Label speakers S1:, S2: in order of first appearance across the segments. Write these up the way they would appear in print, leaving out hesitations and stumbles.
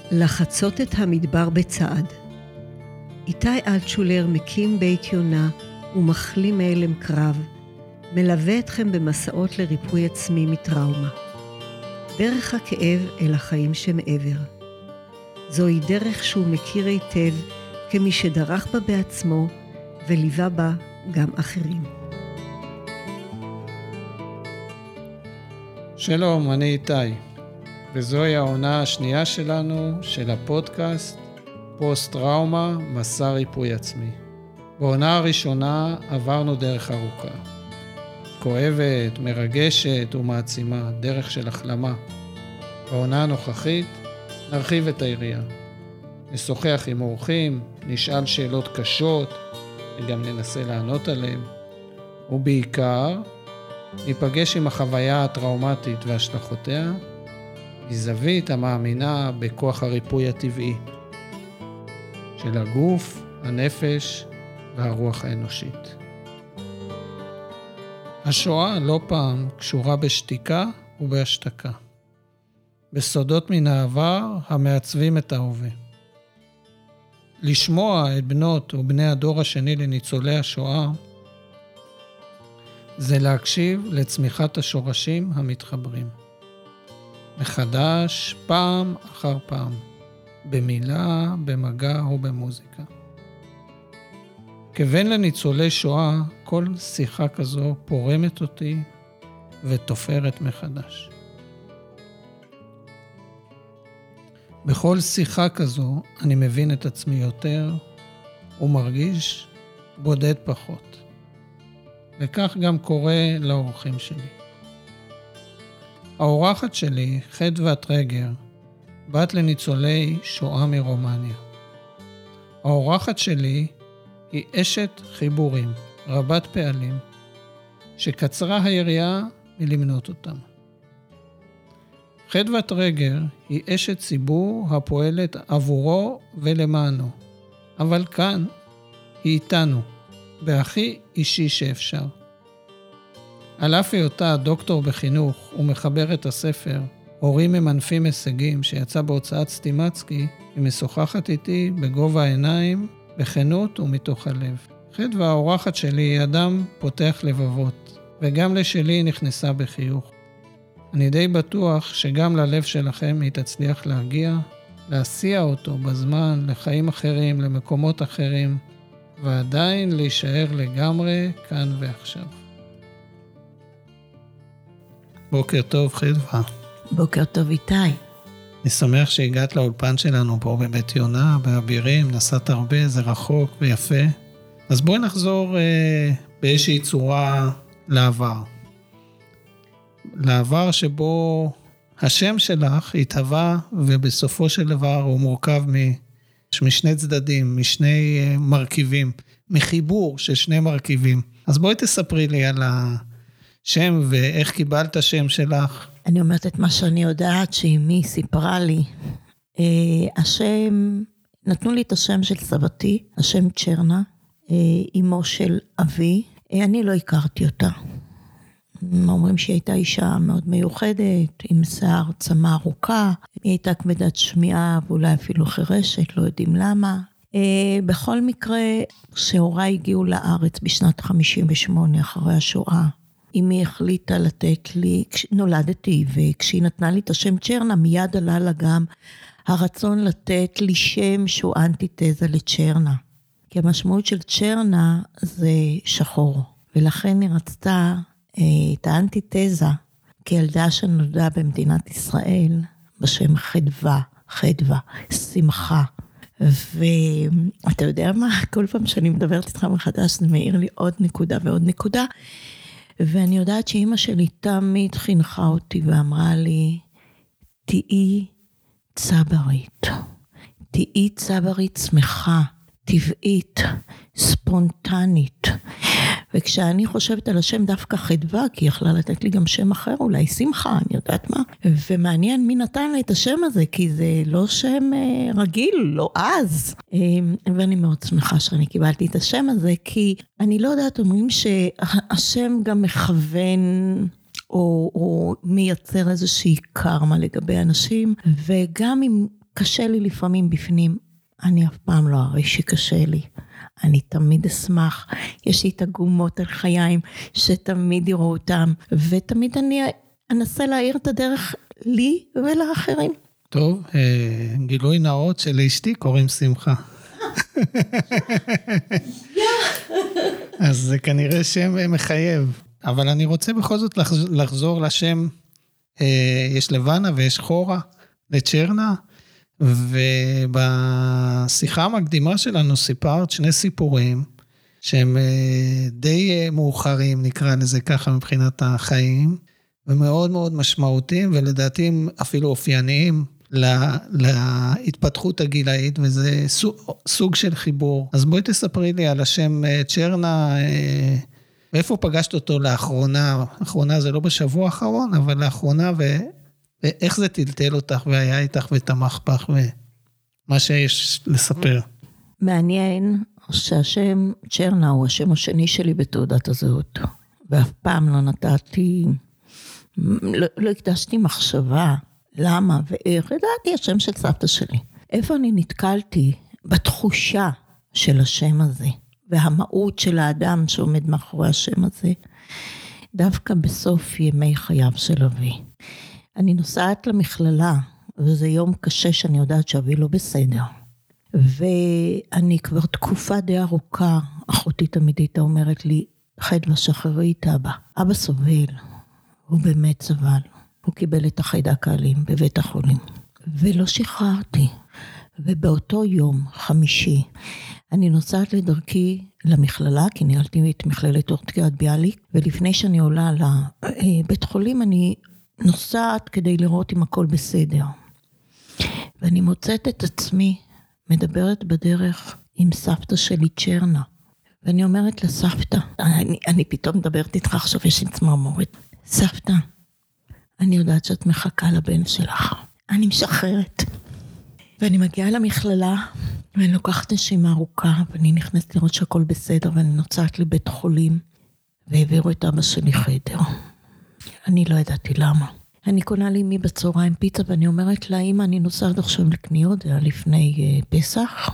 S1: לחצות את המדבר בצעד. איתי אלטשולר מקים בית יונה ומחלים מאלם קרב, מלווה אתכם במסעות לריפוי עצמי מטראומה. דרך הכאב אל החיים שמעבר. זוהי דרך שהוא מכיר היטב כמי שדרך בה בעצמו וליווה בה גם אחרים.
S2: שלום, אני איתי, וזוהי העונה השנייה שלנו של הפודקאסט פוסט-טראומה, מסע ריפוי עצמי. בעונה הראשונה עברנו דרך ארוכה. כואבת, מרגשת ומעצימה, דרך של החלמה. בעונה הנוכחית נרחיב את היריעה. נשוחח עם אורחים, נשאל שאלות קשות, וגם ננסה לענות עליהן. ובעיקר, ניפגש עם החוויה הטראומטית והשלכותיה, מזווית המאמינה בכוח הריפוי הטבעי של הגוף, הנפש והרוח האנושית. השואה לא פעם קשורה בשתיקה ובהשתקה, בסודות מן העבר המעצבים את ההווה. לשמוע את בנות ובני הדור השני לניצולי השואה, זה להקשיב לצמיחת השורשים המתחברים. מחדש, פעם אחר פעם, במילה, במגע או במוזיקה. כבן לניצולי שואה, כל שיחה כזו פורמת אותי ותופרת מחדש. בכל שיחה כזו אני מבין את עצמי יותר ומרגיש בודד פחות. וכך גם קורה לאורחים שלי. האורחת שלי, חדווה טרגר, בת לניצולי שואה מרומניה. האורחת שלי היא אשת חיבורים, רבת פעלים, שקצרה היריעה מלמנות אותם. חדווה טרגר היא אשת ציבור הפועלת עבורו ולמענו, אבל כאן היא איתנו, בהכי אישי שאפשר. על אף היותה דוקטור בחינוך ומחברת הספר הורים ממנפים הישגים שיצא בהוצאת סטימצקי, היא משוחחת איתי בגובה העיניים, בכנות ומתוך הלב. חדווה האורחת שלי היא אדם פותח לבבות, וגם לשלי נכנסה בחיוך. אני די בטוח שגם ללב שלכם היא תצליח להגיע, להסיע אותו בזמן לחיים אחרים, למקומות אחרים, ועדיין להישאר לגמרי כאן ועכשיו. בוקר טוב חדווה.
S1: בוקר טוב איתי.
S2: אני שמח שהגעת לאולפן שלנו פה בבית יונה, באבירים, נסעת הרבה, זה רחוק ויפה. אז בואי נחזור באיזושהי צורה לעבר. לעבר שבו השם שלך התהווה, ובסופו של דבר הוא מורכב משני צדדים, משני מרכיבים, מחיבור של שני מרכיבים. אז בואי תספרי לי על השם ואיך קיבלת השם שלך.
S1: אני אומרת את מה שאני יודעת שאמי סיפרה לי. השם, נתנו לי את השם של סבתי, השם צ'רנה, אמו של אבי. אני לא הכרתי אותה. אומרים שהיא הייתה אישה מאוד מיוחדת, עם שיער צמא ארוכה, היא הייתה כבדת שמיעה ואולי אפילו חירשת, לא יודעים למה. בכל מקרה, כשהוריי הגיעו לארץ בשנת 58 אחרי השואה, אמי החליטה לתת לי, נולדתי, וכשהיא נתנה לי את השם צ'רנה, מיד עלה לה גם הרצון לתת לי שם שהוא אנטיתזה לצ'רנה. כי המשמעות של צ'רנה זה שחור, ולכן היא רצתה את האנטיתזה כילדה שנולדה במדינת ישראל, בשם חדווה, שמחה. ואתה יודע מה? כל פעם שאני מדברת איתך מחדש, זה מאיר לי עוד נקודה ועוד נקודה, ואני יודעת שאמא שלי תמיד חינכה אותי ואמרה לי, תהי צברית, תהי צברית שמחה, טבעית, ספונטנית. וכשאני חושבת על השם דווקא חדווה, כי היא יכלה לתת לי גם שם אחר, אולי שמחה, אני יודעת מה. ומעניין מי נתן לי את השם הזה, כי זה לא שם רגיל, לא אז. ואני מאוד שמחה שאני קיבלתי את השם הזה, כי אני לא יודעת, אומרים שהשם גם מכוון, או מייצר איזושהי קרמה לגבי אנשים, וגם אם קשה לי לפעמים בפנים, אני אף פעם לא אראה שקשה לי. אני תמיד אשמח, יש לי את הגומות על חיים, שתמיד יראו אותם, ותמיד אני אנסה להאיר את הדרך לי ולאחרים.
S2: טוב, גילוי נאות שלאשתי קוראים שמחה. אז זה כנראה שם מחייב. אבל אני רוצה בכל זאת לחזור לשם, יש לבנה ויש חורה, לצ'רנה, ובשיחה המקדימה שלנו סיפרת שני סיפורים, שהם די מאוחרים, נקרא לזה ככה מבחינת החיים, ומאוד מאוד משמעותיים, ולדעתי אפילו אופייניים להתפתחות הגילאית, וזה סוג של חיבור. אז בואי תספרי לי על השם צ'רנה, ואיפה פגשת אותו לאחרונה? לאחרונה זה לא בשבוע האחרון, אבל לאחרונה, ואיך זה טלטל אותך, והיה איתך ותמך בך, ומה שיש לספר.
S1: מעניין שהשם צ'רנה הוא השם השני שלי בתעודת הזהות, ואף פעם לא נתתי, לא הקדשתי מחשבה, למה ואיך, ידעתי השם של סבתא שלי. איפה אני נתקלתי בתחושה של השם הזה, והמהות של האדם שעומד מאחורי השם הזה, דווקא בסוף ימי חייו של אבי. אני נוסעת למכללה, וזה יום קשה שאני יודעת שאבי לא בסדר. ואני כבר תקופה די ארוכה, אחותי תמיד הייתה אומרת לי, חדווה שחררי את אבא. אבא סובל, הוא באמת סבל. הוא קיבל את החיידק האלים בבית החולים. ולא שחררתי. ובאותו יום, חמישי, אני נוסעת לדרכי למכללה, כי ניהלתי את מכללת אורט ביאליק, ולפני שאני עולה לבית חולים, אני נוסעת כדי לראות אם הכל בסדר. ואני מוצאת את עצמי, מדברת בדרך עם סבתא שלי צ'רנה, ואני אומרת לסבתא, אני פתאום מדברת איתך, עכשיו יש לי צמרמורת, סבתא, אני יודעת שאת מחכה לבן שלך, אני משחררת. ואני מגיעה למכללה, ואני לוקחת נשימה ארוכה, ואני נכנסת לראות שהכל בסדר, ואני נוצאת לבית חולים, והעבירו את אבא שלי חדר. אני לא ידעתי למה. אני קונה לי מי בצהריים פיצה, ואני אומרת לה, אמא, אני נוסעת עכשיו לקניות, זה היה לפני פסח,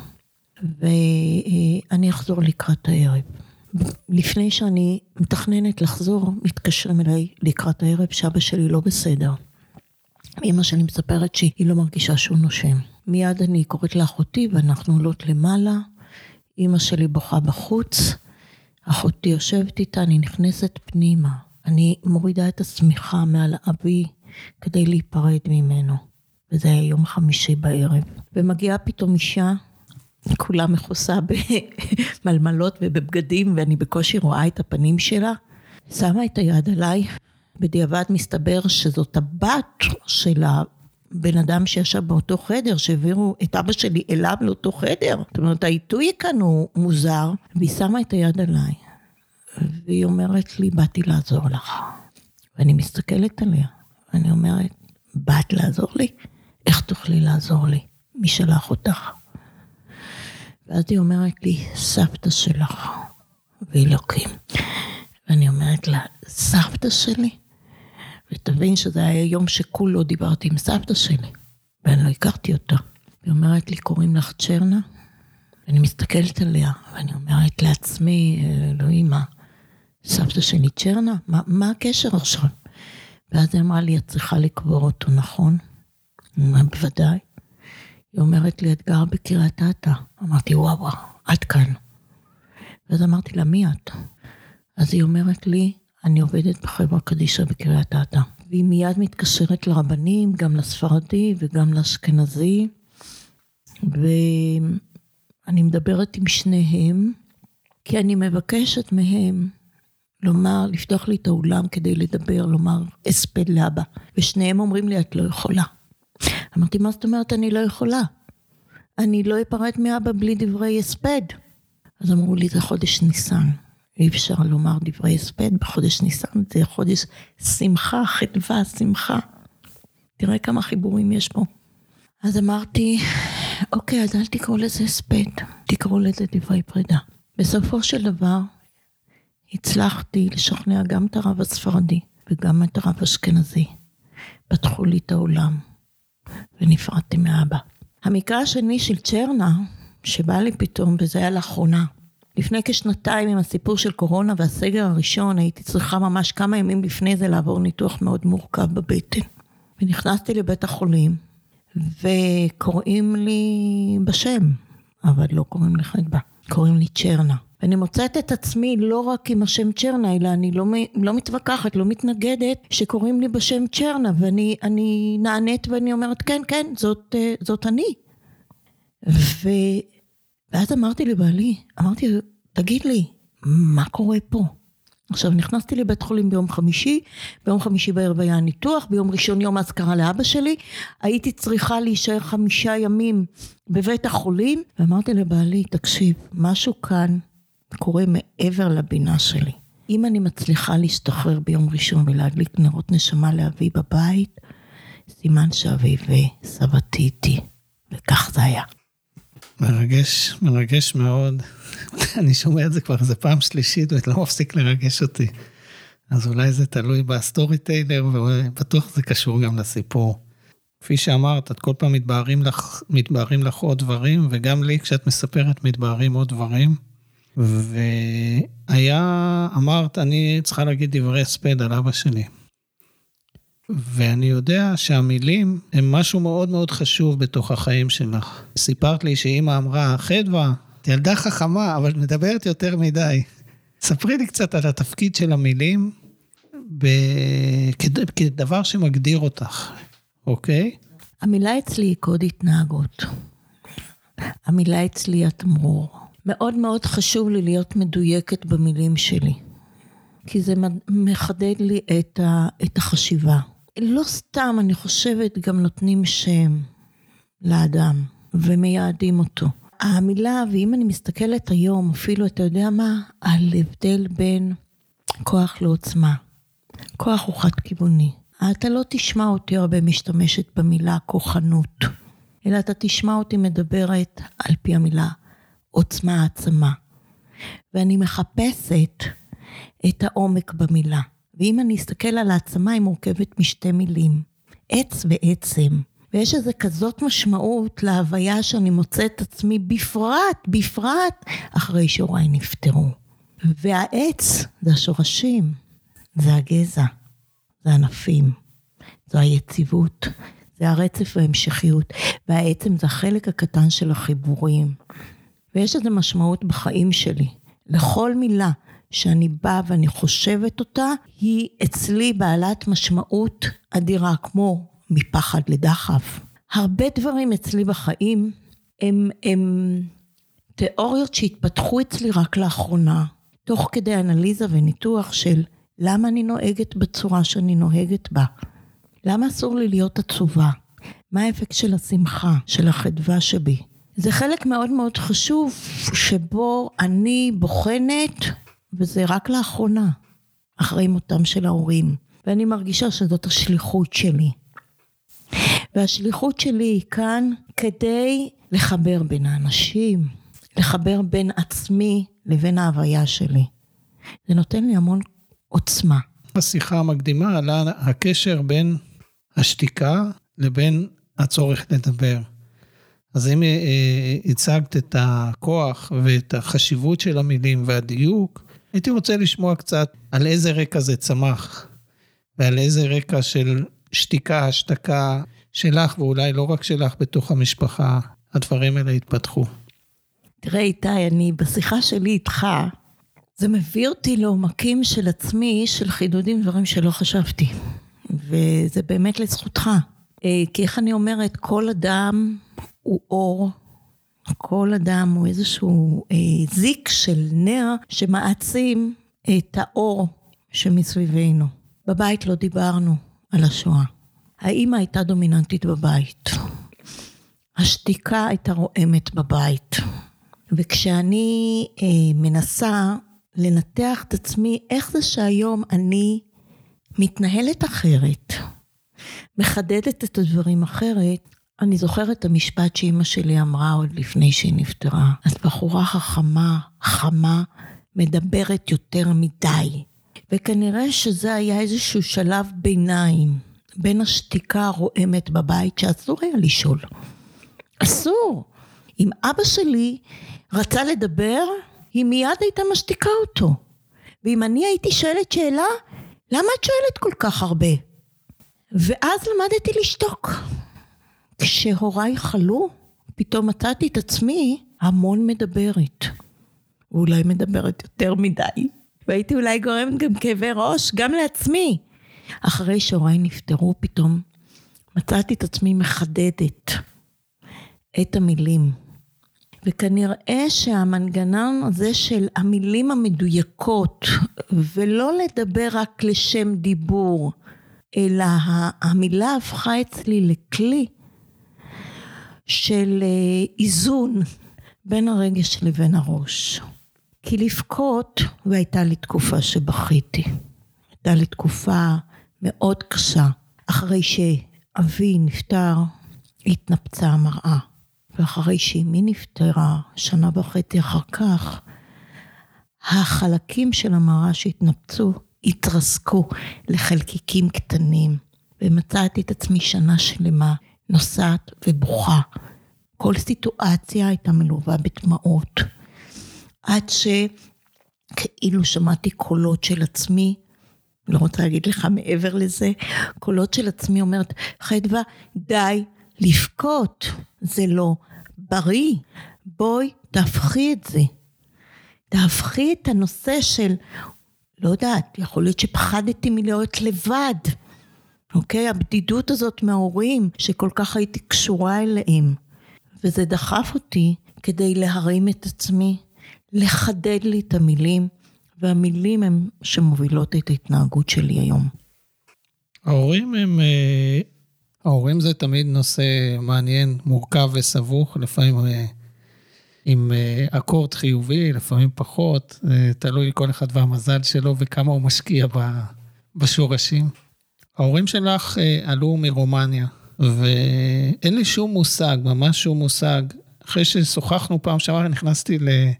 S1: ואני אחזור לקראת הערב. לפני שאני מתכננת לחזור, מתקשרים אליי לקראת הערב, שאבא שלי לא בסדר. אמא שלי מספרת שהיא לא מרגישה שהוא נושם. מיד אני קוראת לאחותי, ואנחנו עולות למעלה, אמא שלי בוכה בחוץ, אחותי יושבת איתה, אני נכנסת פנימה. אני מורידה את השמיכה מעל אבי, כדי להיפרד ממנו. וזה היה יום חמישי בערב. ומגיעה פתאום אישה, כולה מכוסה במלמלות ובבגדים, ואני בקושי רואה את הפנים שלה. שמה את היד עליי, בדיעבד מסתבר שזאת הבת של הבן אדם שישב באותו חדר, שהעבירו את אבא שלי אליו לאותו חדר. זאת אומרת, העיתוי כאן הוא מוזר, והיא שמה את היד עליי. והיא אומרת לי, באתי לעזור לך. ואני מסתכלת עליה, ואני אומרת, באת לעזור לי? איך תוכלי לעזור לי? מי שלח אותך? ואז היא אומרת לי, סבתא שלך, ואלוקים. ואני אומרת לה, סבתא שלי? ותבין שזה היה יום שכולו דיברתי עם סבתא שלי, ואני לא הכרתי אותה. היא אומרת לי, קוראים לך צ'רנה? ואני מסתכלת עליה, ואני אומרת לעצמי, אלוהים, מה? סבתא שלי צ'רנה? מה הקשר עכשיו? ואז היא אמרה לי, את צריכה לקבור אותו, נכון? בוודאי. היא אומרת לי, את גר בקריית אתא. אמרתי, וואו, עד כאן. ואז אמרתי לה, מי את? אז היא אומרת לי, אני עובדת בחברה קדישא בקריית אתא. והיא מיד מתקשרת לרבנים, גם לספרדי וגם לאשכנזי. ואני מדברת עם שניהם, כי אני מבקשת מהם לומר, לפתוח לי את האולם כדי לדבר, לומר, אספד לאבא. ושניהם אומרים לי, את לא יכולה. אמרתי, מה זאת אומרת, אני לא יכולה? אני לא אפרד מאבא בלי דברי אספד. אז אמרו לי, זה חודש ניסן. אי אפשר לומר דברי אספד בחודש ניסן, זה חודש שמחה, חדווה, שמחה. תראה כמה חיבורים יש פה. אז אמרתי, אוקיי, אז אל תקראו לזה אספד, תקראו לזה דברי פרידה. בסופו של דבר, הצלחתי לשכנע גם את הרב הספרדי, וגם את הרב האשכנזי. פתחו לי את העולם, ונפרדתי מאבא. המקרה השני של צ'רנה, שבא לי פתאום, וזה היה לאחרונה. לפני כשנתיים עם הסיפור של קורונה והסגר הראשון, הייתי צריכה ממש כמה ימים לפני זה לעבור ניתוח מאוד מורכב בבטן. ונכנסתי לבית החולים, וקוראים לי בשם, אבל לא קוראים לי חדווה, קוראים לי צ'רנה. ואני מוצאת את עצמי לא רק עם השם צ'רנה, אלא אני לא מתווכחת, לא מתנגדת, שקוראים לי בשם צ'רנה, ואני נענית ואני אומרת, כן, כן, זאת אני. ואז אמרתי לבעלי, תגיד לי, מה קורה פה? עכשיו נכנסתי לבית חולים ביום חמישי בערב היה ניתוח, ביום ראשון יום אזכרה לאבא שלי, הייתי צריכה להישאר 5 ימים בבית החולים, ואמרתי לבעלי, תקשיב, משהו כאן קורה מעבר לבינה שלי. אם אני מצליחה להשתחרר ביום ראשון ולהדליק נרות נשמה לאבי בבית, סימן שאבי וסבתי איתי, וכך זה היה.
S2: מרגש מאוד. אני שומע את זה כבר איזה פעם שלישית, ואת לא מפסיק לרגש אותי. אז אולי זה תלוי בסטורי טיילר, ובטוח זה קשור גם לסיפור. כפי שאמרת, את כל פעם מתבהרים לך עוד דברים, וגם לי כשאת מספרת מתבהרים עוד דברים. אמרת, אני צריכה להגיד דברי הספד על אבא שלי. ואני יודע שהמילים הם משהו מאוד מאוד חשוב בתוך החיים שלך. סיפרת לי שאמא אמרה, חדווה, ילדה חכמה, אבל מדברת יותר מדי. ספרי לי קצת על התפקיד של המילים, כדבר שמגדיר אותך, אוקיי?
S1: המילה אצלי היא קוד התנהגות. המילה אצלי היא התמרור. מאוד מאוד חשוב לי להיות מדויקת במילים שלי. כי זה מחדד לי את החשיבה. לא סתם, אני חושבת, גם נותנים שם לאדם, ומייעדים אותו. המילה, ואם אני מסתכלת היום, אפילו אתה יודע מה, על הבדל בין כוח לעוצמה. כוח הוא חד כיווני. אתה לא תשמע אותי הרבה משתמשת במילה כוחנות, אלא אתה תשמע אותי מדברת על פי המילה עוצמה העצמה. ואני מחפשת את העומק במילה. ואם אני אסתכל על העצמה, היא מורכבת משתי מילים. עץ ועצם. ויש איזה כזאת משמעות להוויה שאני מוצאת עצמי בפרט, אחרי שהוריי נפטרו. והעץ זה השורשים, זה הגזע, זה ענפים, זה היציבות, זה הרצף וההמשכיות. והעצם זה החלק הקטן של החיבורים. ויש איזה משמעות בחיים שלי. לכל מילה שאני באה ואני חושבת אותה, היא אצלי בעלת משמעות אדירה, כמו מפחד לדחף. הרבה דברים אצלי בחיים הם תיאוריות שהתפתחו אצלי רק לאחרונה, תוך כדי אנליזה וניתוח של למה אני נוהגת בצורה שאני נוהגת בה. למה אסור לי להיות עצובה? מה האפקט של השמחה, של החדווה שבי? זה חלק מאוד מאוד חשוב שבו אני בוחנת, וזה רק לאחרונה, אחרי מותם של ההורים. ואני מרגישה שזאת השליחות שלי. והשליחות שלי היא כאן כדי לחבר בין האנשים, לחבר בין עצמי לבין ההוויה שלי. זה נותן לי המון עוצמה.
S2: השיחה המקדימה עלה הקשר בין השתיקה לבין הצורך לדבר. אז אם הצגת את הכוח ואת החשיבות של המילים והדיוק, הייתי רוצה לשמוע קצת על איזה רקע זה צמח, ועל איזה רקע של שתיקה, השתקה שלך, ואולי לא רק שלך בתוך המשפחה, הדברים האלה התפתחו.
S1: תראה איתי, אני בשיחה שלי איתך, זה מביא אותי לעומקים של עצמי, של חידודים, דברים שלא חשבתי. וזה באמת לזכותך. כי איך אני אומרת, כל אדם הוא אור, כל אדם הוא איזשהו זיק של נר שמעצים את האור שמסביבנו. בבית לא דיברנו על השואה. האמא הייתה דומיננטית בבית. השתיקה הייתה רועמת בבית. וכשאני מנסה לנתח את עצמי, איך זה שהיום אני מתנהלת אחרת, מחדדת את הדברים אחרת, אני זוכרת את המשפט שאמא שלי אמרה עוד לפני שהיא נפטרה. אז בחורה חמה, מדברת יותר מדי. וכנראה שזה היה איזשהו שלב ביניים, בין השתיקה הרועמת בבית, שאסור היה לשאול. אסור. אם אבא שלי רצה לדבר, היא מיד הייתה משתיקה אותו. ואם אני הייתי שואלת שאלה, למה את שואלת כל כך הרבה? ואז למדתי לשתוק. כשהוריי חלו, פתאום מצאתי את עצמי המון מדברת. ואולי מדברת יותר מדי. והייתי אולי גורמת גם כאבי ראש, גם לעצמי. אחרי שהוריי נפטרו, פתאום מצאתי את עצמי מחדדת את המילים. וכנראה שהמנגנון הזה של המילים המדויקות, ולא לדבר רק לשם דיבור, אלא המילה הפכה אצלי לכלי של איזון בין הרגש לבין הראש. כי לבכות, והייתה לי תקופה שבכיתי. הייתה לי תקופה מאוד קשה. אחרי שאבי נפטר, התנפצה המראה. ואחרי שאמי נפטרה, 1.5 שנה אחר כך, החלקים של המראה שהתנפצו, התרסקו לחלקיקים קטנים. ומצאתי את עצמי שנה שלמה, נוסעת ובוכה. כל סיטואציה הייתה מלווה בדמעות. עד שכאילו שמעתי קולות של עצמי, לא רוצה להגיד לך מעבר לזה, קולות של עצמי אומרת, חדווה, די לבכות, זה לא בריא, בואי תהפכי את זה. תהפכי את הנושא של, לא יודעת, יכול להיות שפחדתי מלהיות לבד, אוקיי? הבדידות הזאת מההורים, שכל כך הייתי קשורה אליהם, וזה דחף אותי כדי להרים את עצמי, לחדד לי את המילים, והמילים הם שמובילות את ההתנהגות שלי היום.
S2: ההורים זה תמיד נושא מעניין, מורכב וסבוך, לפעמים עם אקורד חיובי, לפעמים פחות, תלוי כל אחד והמזל שלו וכמה הוא משקיע בשורשים. ההורים שלך עלו מרומניה, ואין לי שום מושג, ממש שום מושג. אחרי ששוחחנו פעם שעברה, נכנסתי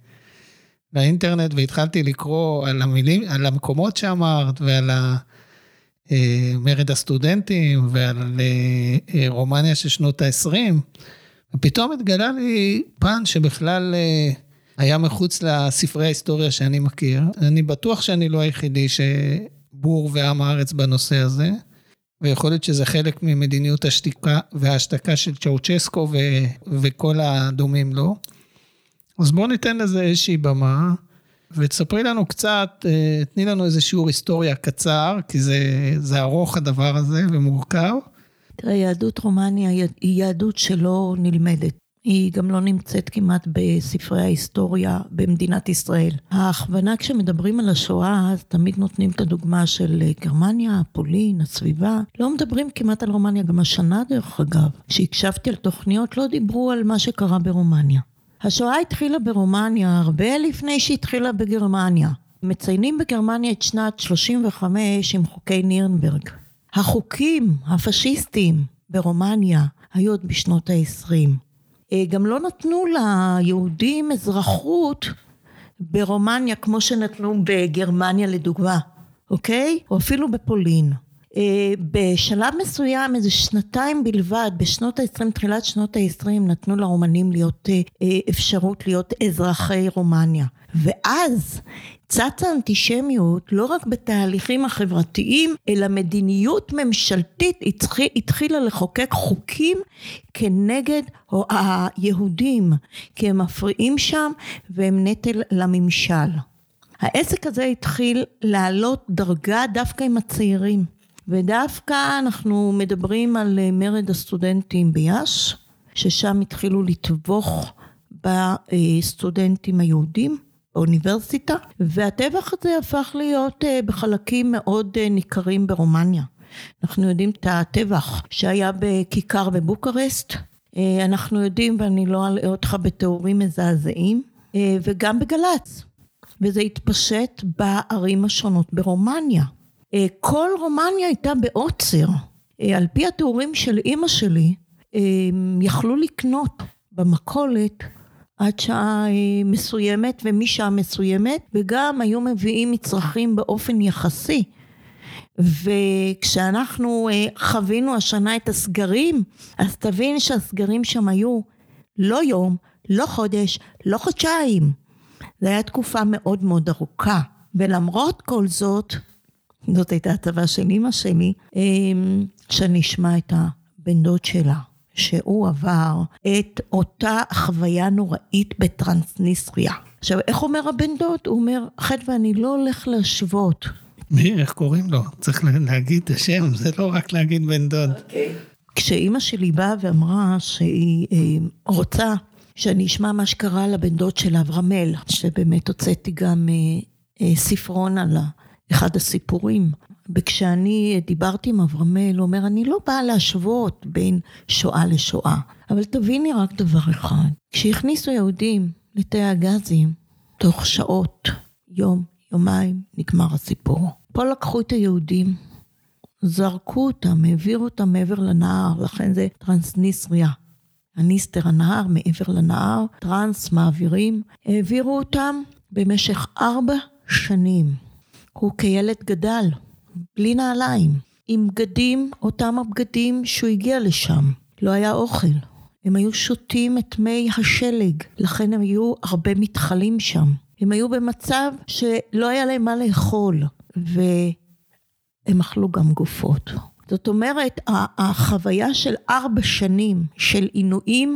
S2: לאינטרנט והתחלתי לקרוא על המילים, על המקומות שאמרת, ועל מרד הסטודנטים, ועל רומניה של שנות ה-20, ופתאום התגלה לי פן שבכלל היה מחוץ לספרי ההיסטוריה שאני מכיר. אני בטוח שאני לא היחידי שבור ועם הארץ בנושא הזה, ויכול להיות שזה חלק ממדיניות השתיקה וההשתקה של צ'אוצ'סקו וכל הדומים לו. אז בואו ניתן לזה איזושהי במה, ותספרי לנו קצת, תני לנו איזה שיעור היסטוריה קצר, כי זה ארוך הדבר הזה ומורכב.
S1: תראה, יהדות רומניה היא יהדות שלא נלמדת. היא גם לא נמצאת כמעט בספרי ההיסטוריה במדינת ישראל. ההכוונה כשמדברים על השואה, אז תמיד נותנים את הדוגמה של גרמניה, פולין, הסביבה. לא מדברים כמעט על רומניה, גם השנה דרך אגב. כשהקשבתי על תוכניות לא דיברו על מה שקרה ברומניה. השואה התחילה ברומניה הרבה לפני שהתחילה בגרמניה. מציינים בגרמניה את שנת 35 עם חוקי נירנברג. החוקים הפשיסטיים ברומניה היו עוד בשנות ה-20. גם לא נתנו ליהודים אזרחות ברומניה כמו שנתנו בגרמניה לדוגמה, אוקיי? או אפילו בפולין. בשלב מסוים, איזה 2 בלבד, בשנות ה-20, תחילת שנות ה-20, נתנו לרומנים להיות אפשרות להיות אזרחי רומניה. ואז צצה האנטישמיות לא רק בתהליכים החברתיים, אלא מדיניות ממשלתית התחילה לחוקק חוקים כנגד היהודים, כי הם מפריעים שם והם נטל לממשל. העסק הזה התחיל לעלות דרגה דווקא עם הצעירים. ודווקא אנחנו מדברים על מרד הסטודנטים ביאש, ששם התחילו לטבוח בסטודנטים היהודים באוניברסיטה, והטבח הזה הפך להיות בחלקים מאוד ניכרים ברומניה. אנחנו יודעים את הטבח שהיה בכיכר בבוקרשט, אנחנו יודעים, ואני לא אלאה אותך בתיאורים מזעזעים, וגם בגלץ, וזה התפשט בערים השונות ברומניה. כל רומניה הייתה בעוצר. על פי התיאורים של אמא שלי, יכלו לקנות במכולת עד שעה מסוימת ומשעה מסוימת, וגם היו מביאים מצרכים באופן יחסי. וכשאנחנו חווינו השנה את הסגרים, אז תבין שהסגרים שם היו לא יום, לא חודש, לא חודשיים. זו הייתה תקופה מאוד מאוד ארוכה, ולמרות כל זאת, זאת הייתה הטבה של אמא שלי, שאני אשמע את הבן דוד שלה, שהוא עבר את אותה חוויה נוראית בטרנסניסטריה. עכשיו, איך אומר הבן דוד? הוא אומר, חד ואני לא הולך להשוות.
S2: מי, איך קוראים לו? צריך להגיד את השם, זה לא רק להגיד בן דוד.
S1: אוקיי. כשאמא שלי באה ואמרה שהיא רוצה שאני אשמע מה שקרה לבן דוד של אברמל, שבאמת הוצאתי גם ספרון על אחד הסיפורים. וכשאני דיברתי עם אברמל, הוא אומר, אני לא באה להשוות בין שואה לשואה. אבל תביני רק דבר אחד. כשהכניסו יהודים לתאי הגזים, תוך שעות, יום, יומיים, נגמר הסיפור. פה לקחו את היהודים, זרקו אותם, העבירו אותם מעבר לנהר, לכן זה טרנסניסטריה. הניסטר הנהר, מעבר לנהר, טרנס מעבירים, העבירו אותם במשך 4 שנים. הוא כילד גדל, בלי נעליים, עם בגדים, אותם הבגדים שהוא הגיע לשם. לא היה אוכל. הם היו שותים את מי השלג, לכן הם היו הרבה מתחלים שם. הם היו במצב שלא היה להם מה לאכול, והם אכלו גם גופות. זאת אומרת, החוויה של 4 שנים של עינויים,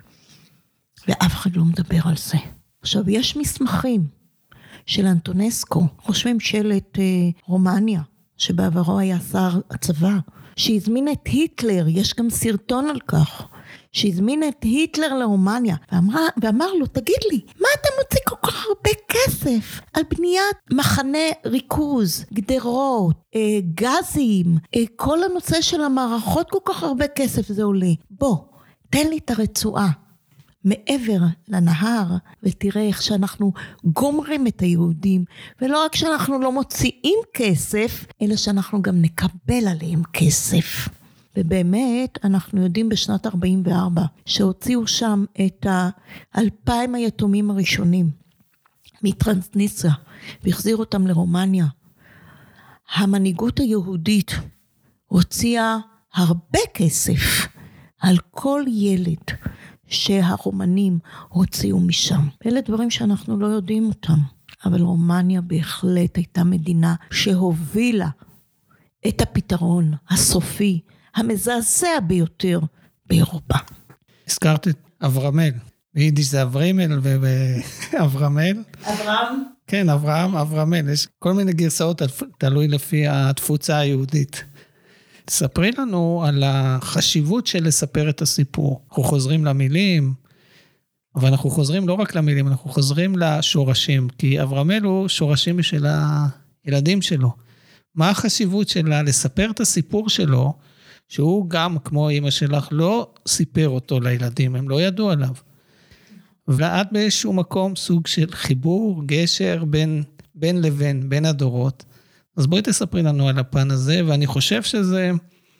S1: ואף אחד לא מדבר על זה. עכשיו, יש מסמכים של אנטונסקו, חושבים שלט רומניה, שבעברו היה שר הצבא, שהזמין את היטלר, יש גם סרטון על כך, שהזמין את היטלר לרומניה, ואמר לו, תגיד לי, מה אתה מוציא כל כך הרבה כסף על בניית מחנה ריכוז, גדרות, גזים, כל הנושא של המערכות, כל כך הרבה כסף זה עולה. בוא, תן לי את הרצועה מעבר לנהר, ותראה איך שאנחנו גומרים את היהודים, ולא רק שאנחנו לא מוציאים כסף, אלא שאנחנו גם נקבל עליהם כסף. ובאמת אנחנו יודעים בשנת 44 שהוציאו שם את 2,000 היתומים הראשונים מטרנסניסטריה והחזירו אותם לרומניה. המנהיגות היהודית הוציאה הרבה כסף על כל ילד שהרומנים הוציאו משם. אלה דברים שאנחנו לא יודעים אותם, אבל רומניה בהחלט הייתה מדינה שהובילה את הפתרון הסופי המזעזע ביותר באירופה.
S2: הזכרת את אברמל, ביידיש זה אברמל ואברמל.
S1: אברהם?
S2: כן, אברמל, יש כל מיני גרסאות, תלוי לפי התפוצה היהודית. תספרי לנו על החשיבות של לספר את הסיפור. אנחנו חוזרים למילים, אבל אנחנו חוזרים לא רק למילים, אנחנו חוזרים לשורשים, כי אברמל הוא שורשים של הילדים שלו. מה החשיבות שלה לספר את הסיפור שלו, שהוא גם, כמו אמא שלך, לא סיפר אותו לילדים, הם לא ידעו עליו. ואת באיזשהו מקום סוג של חיבור, גשר בין לבין, בין הדורות. אז בואי תספרי לנו על הפן הזה, ואני חושב שזה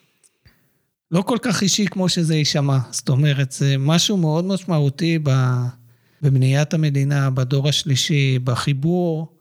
S2: לא כל כך אישי כמו שזה יישמע. זאת אומרת, זה משהו מאוד משמעותי בבניית המדינה, בדור השלישי, בחיבור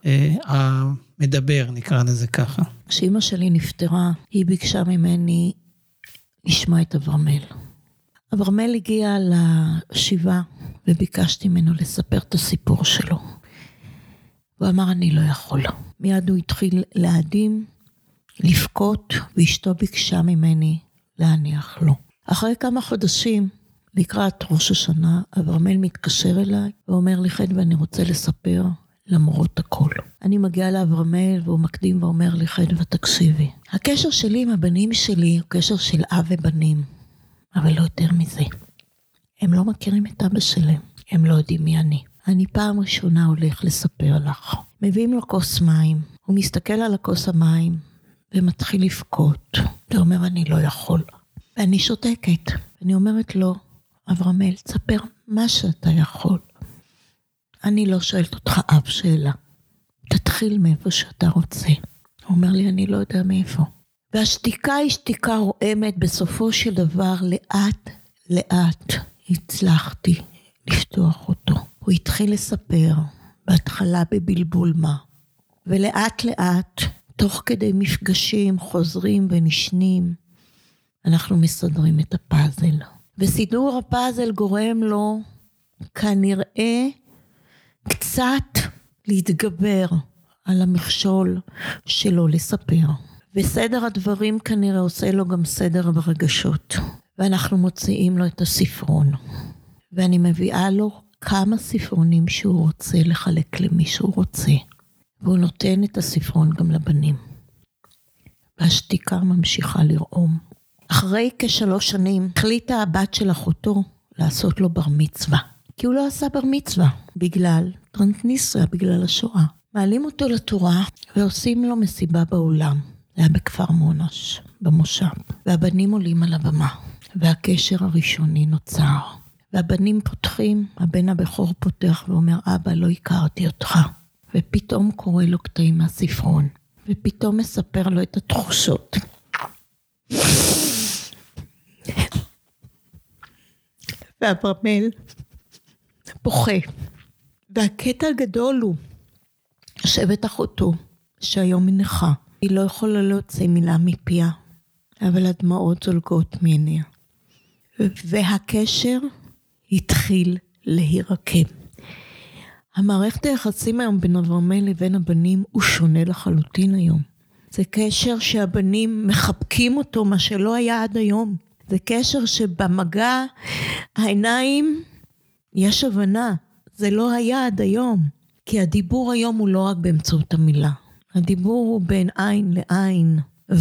S2: המדבר, נקרא לזה ככה.
S1: כשאמא שלי נפטרה, היא ביקשה ממני לשמוע את אברמל. אברמל הגיע לשבעה, וביקשתי ממנו לספר את הסיפור שלו. הוא אמר, אני לא יכול. מיד הוא התחיל להדים, לבכות, ואשתו ביקשה ממני להניח לו. אחרי כמה חודשים, לקראת ראש השנה, אברמל מתקשר אליי, ואומר לי, חד, ואני רוצה לספר למרות הכל. אני מגיעה לאברמל, והוא מקדים ואומר לי, חד, ותקשיבי. הקשר שלי עם הבנים שלי, הוא קשר של אב ובנים, אבל לא יותר מזה. הם לא מכירים את אבא שלהם, הם לא יודעים מי אני. אני פעם ראשונה הולך לספר לך. מביאים לו כוס מים, הוא מסתכל על הכוס המים, ומתחיל לבכות. הוא אומר, אני לא יכול. ואני שותקת. אני אומרת לו, אברמל, תספר מה שאתה יכול. אני לא שואלת אותך אף שאלה. תתחיל מאיפה שאתה רוצה. הוא אומר לי, אני לא יודע מאיפה. והשתיקה היא שתיקה רועמת, בסופו של דבר, לאט לאט הצלחתי לפתוח אותו. הוא התחיל לספר, בהתחלה בבלבול מה. ולאט לאט, תוך כדי מפגשים חוזרים ונשנים, אנחנו מסדרים את הפאזל. וסידור הפאזל גורם לו כנראה קצת להתגבר על המכשול שלו לספר. וסדר הדברים כנראה עושה לו גם סדר ברגשות. ואנחנו מוציאים לו את הספרון. ואני מביאה לו כמה ספרונים שהוא רוצה לחלק למי שהוא רוצה. והוא נותן את הספרון גם לבנים. והשתיקה ממשיכה לרעום. אחרי כ3 שנים החליטה הבת של אחותו לעשות לו בר מצווה. כי הוא לא עשה בר מצווה בגלל טרנסניסטריה, בגלל השואה. מעלים אותו לתורה ועושים לו מסיבה באולם. זה היה בכפר מונש, במושב. והבנים עולים על הבמה. והקשר הראשוני נוצר. והבנים פותחים, הבן הבכור פותח ואומר, אבא, לא הכרתי אותך. ופתאום קורא לו קטעים מהספרון. ופתאום מספר לו את התחושות. ואברמל בוכה. והקטע הגדול הוא, יושבת אחותו, שהיום היא נכה. היא לא יכולה להוציא מילה מפיה, אבל הדמעות זולגות מעיניה. והקשר התחיל להירקם. המערכת היחסים היום בין אברמל לבין הבנים הוא שונה לחלוטין היום. זה קשר שהבנים מחבקים אותו, מה שלא היה עד היום. זה קשר שבמגע העיניים יש הבנה. זה לא היה עד היום. כי הדיבור היום הוא לא רק באמצעות המילה. הדיבור הוא בין עין לעין.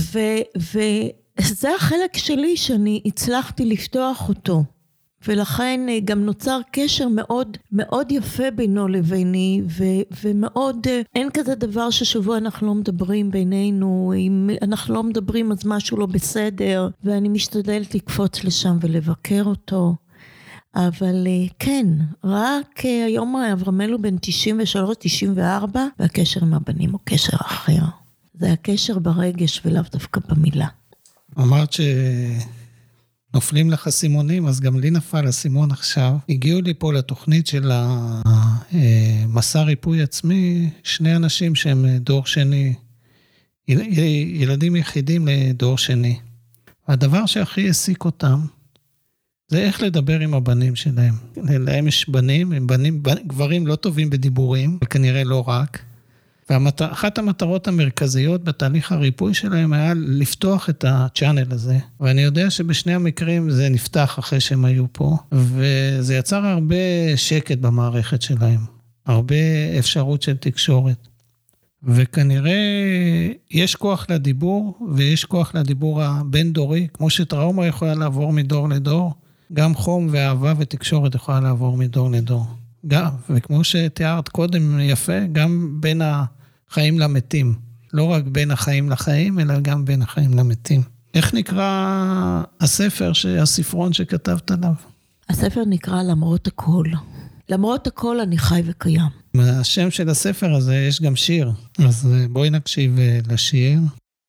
S1: וזה החלק שלי שאני הצלחתי לפתוח אותו. ולכן גם נוצר קשר מאוד מאוד יפה בינו לביני, ומאוד, אין כזה דבר ששבוע אנחנו לא מדברים בינינו, אם אנחנו לא מדברים אז משהו לא בסדר, ואני משתדלת לקפוץ לשם ולבקר אותו. אבל כן, רק היום אברמל הוא בן 93-94, והקשר עם הבנים הוא קשר אחר. זה הקשר ברגש ולאו דווקא במילה.
S2: אמרת שנופלים לך סימונים, אז גם לי נפל הסימון עכשיו. הגיעו לי פה לתוכנית של המסע ריפוי עצמי, 2 אנשים שהם דור שני, ילדים יחידים לדור שני. הדבר שהכי העסיק אותם, זה איך לדבר עם הבנים שלהם. להם יש בנים, הם בנים, גברים לא טובים בדיבורים, אבל כנראה לא רק. ואחת המטרות המרכזיות בתהליך הריפוי שלהם היה לפתוח את הצ'אנל הזה. ואני יודע שבשני המקרים זה נפתח אחרי שהם היו פה, וזה יצר הרבה שקט במערכת שלהם. הרבה אפשרות של תקשורת. וכנראה יש כוח לדיבור, ויש כוח לדיבור הבין-דורי, כמו שטראומה יכולה לעבור מדור לדור, גם חום ואהבה ותקשורת יכולה לעבור מדור לדור. גם, וכמו שתיארת קודם יפה, גם בין החיים למתים. לא רק בין החיים לחיים, אלא גם בין החיים למתים. איך נקרא הספרון שכתבת עליו?
S1: הספר נקרא למרות הכל. למרות הכל אני חי וקיים.
S2: מהשם של הספר הזה יש גם שיר. אז בואי נקשיב לשיר.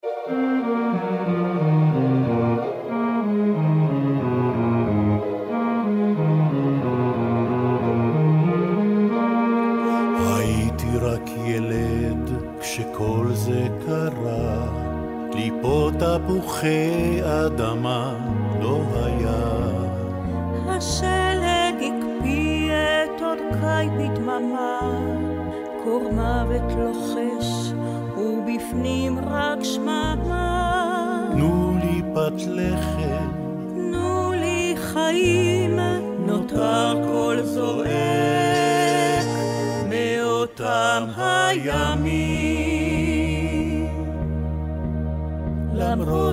S3: כשכל זה קרה, ליפות תפוחי אדמה לא היה.
S4: השלג הקפיא את עורקיי בדממה, קור מוות לוחש ובפנים רק שממה.
S3: תנו לי פת לחם,
S4: תנו לי חיים, נותר כל זועק מאותם הימים. למרות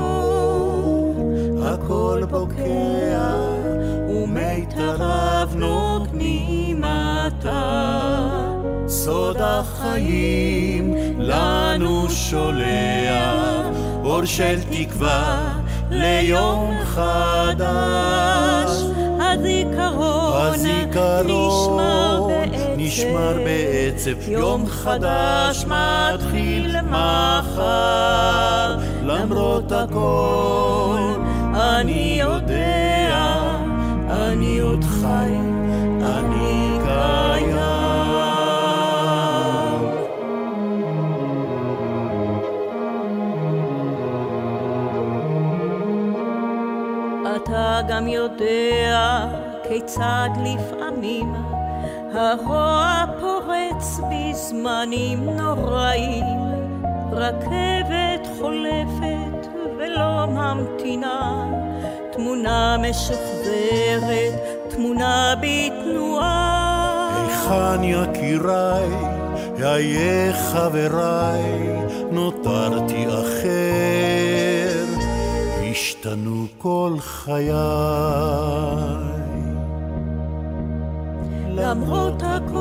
S4: הכל בוקע ומיתריו נותנים עתה. סוד החיים לנו שולח אור של תקווה ליום חדש. הזיכרון נשמר בעצב, יום חדש מתחיל מחר. למרות הכל אני יודע, אני עוד חי, אני קיים. אתה אתה גם יודע כיצד לפעמים הרוע פורץ בזמנים נוראים. רכבת חולפת ולא ממתינה, תמונה משוחזרת, תמונה בתנועה.
S3: היכן יקיריי, היה חבריי, נותרתי אחר, השתנו כל חיי.
S4: למרות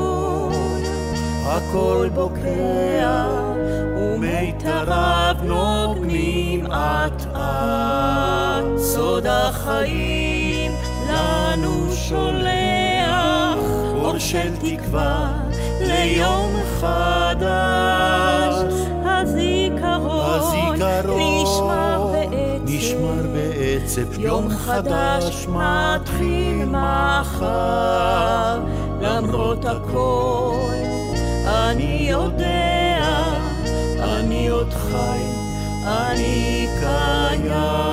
S4: הכל בוקע, ומיתריו נוגנים אט אט. סוד החיים לנו שולח, אור של תקווה ליום חדש. הזיכרון נשמר בעצב, יום חדש מתחיל מחר. למרות הכל אני יודע, אני עוד חי, אני קיים.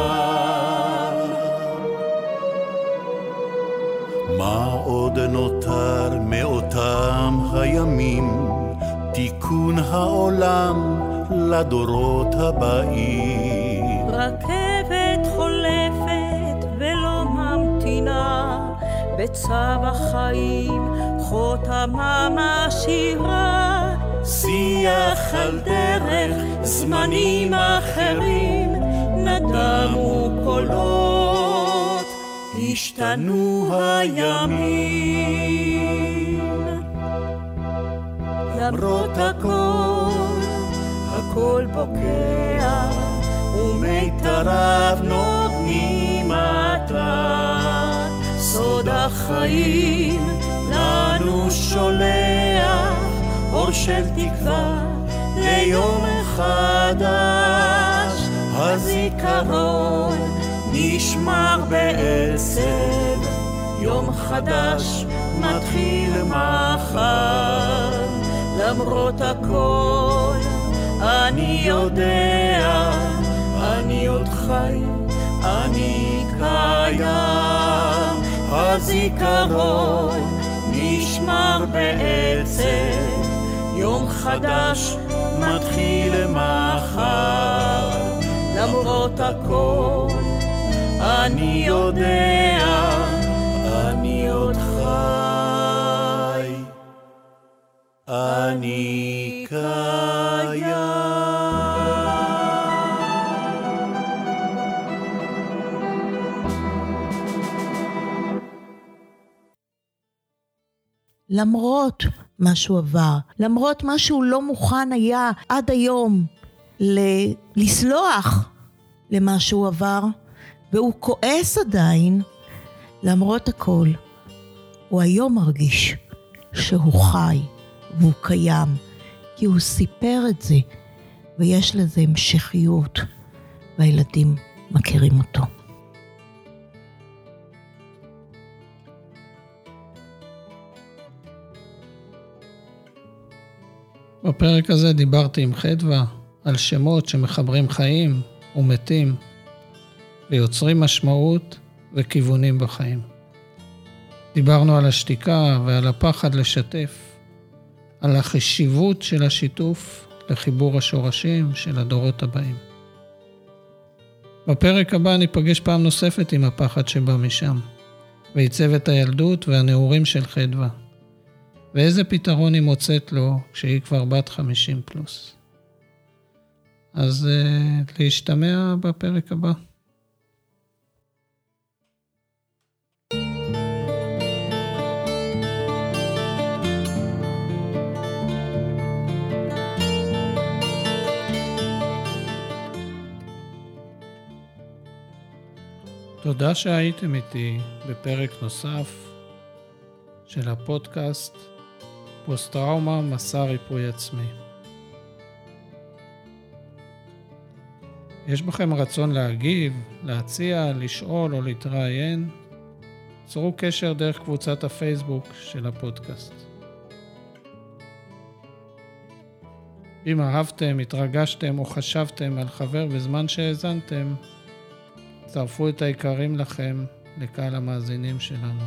S3: מה עוד נותר מאותם הימים, תיקון העולם לדורות הבאים.
S4: רכבת חולפת ולא ממתינה, בצו החיים חותמה משאירה.
S3: שיח על דרך זמנים אחרים,
S4: נדמו קולות, השתנו הימים. למרות הכל בוקע, ומיתריו נוגנים אט אט. סוד החיים לנו שולח, אור של תקווה ליום חדש. הזיכרון נשמר בעצב, יום חדש מתחיל מחר. למרות הכל אני יודע, אני עוד חי, אני קיים. הזיכרון נשמר בעצב, יום חדש מתחיל מחר. למרות הכל אני יודע, אני עוד חי, אני קיים.
S1: למרות מה שהוא עבר, למרות מה שהוא לא מוכן היה עד היום לסלוח למה שהוא עבר, והוא כועס עדיין, למרות הכל, הוא היום מרגיש שהוא חי והוא קיים, כי הוא סיפר את זה, ויש לזה המשכיות, והילדים מכירים אותו.
S2: בפרק הזה דיברתי עם חדווה על שמות שמחברים חיים ומתים, ויוצרים משמעות וכיוונים בחיים. דיברנו על השתיקה ועל הפחד לשתף, על החשיבות של השיתוף לחיבור השורשים של הדורות הבאים. בפרק הבא ניפגש פעם נוספת עם הפחד שבא משם, ועיצב את הילדות והנעורים של חדווה, ואיזה פתרון היא מוצאת לו כשהיא כבר בת 50 פלוס. אז להשתמע בפרק הבא. תודה שהייתם איתי בפרק נוסף של הפודקאסט פוסט-טראומה מסע ריפוי עצמי. יש בכם רצון להגיב, להציע, לשאול או להתראיין? צרו קשר דרך קבוצת הפייסבוק של הפודקאסט. אם אהבתם, התרגשתם או חשבתם על חבר בזמן שהאזנתם, צרפו את העיקרים לכם לקהל המאזינים שלנו.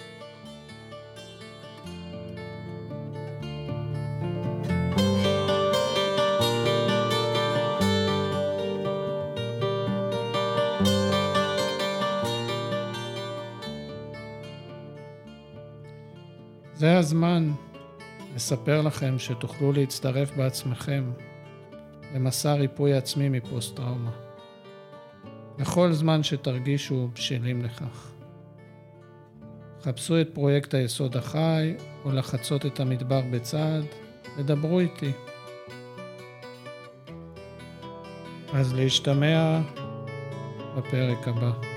S2: זה הזמן לספר לכם שתוכלו להצטרף בעצמכם למסע ריפוי עצמי מפוסט-טראומה. בכל זמן שתרגישו בשלים לכך. חפשו את פרויקט היסוד החי, או לחצות את המדבר בצד, ודברו איתי. אז להשתמע בפרק הבא.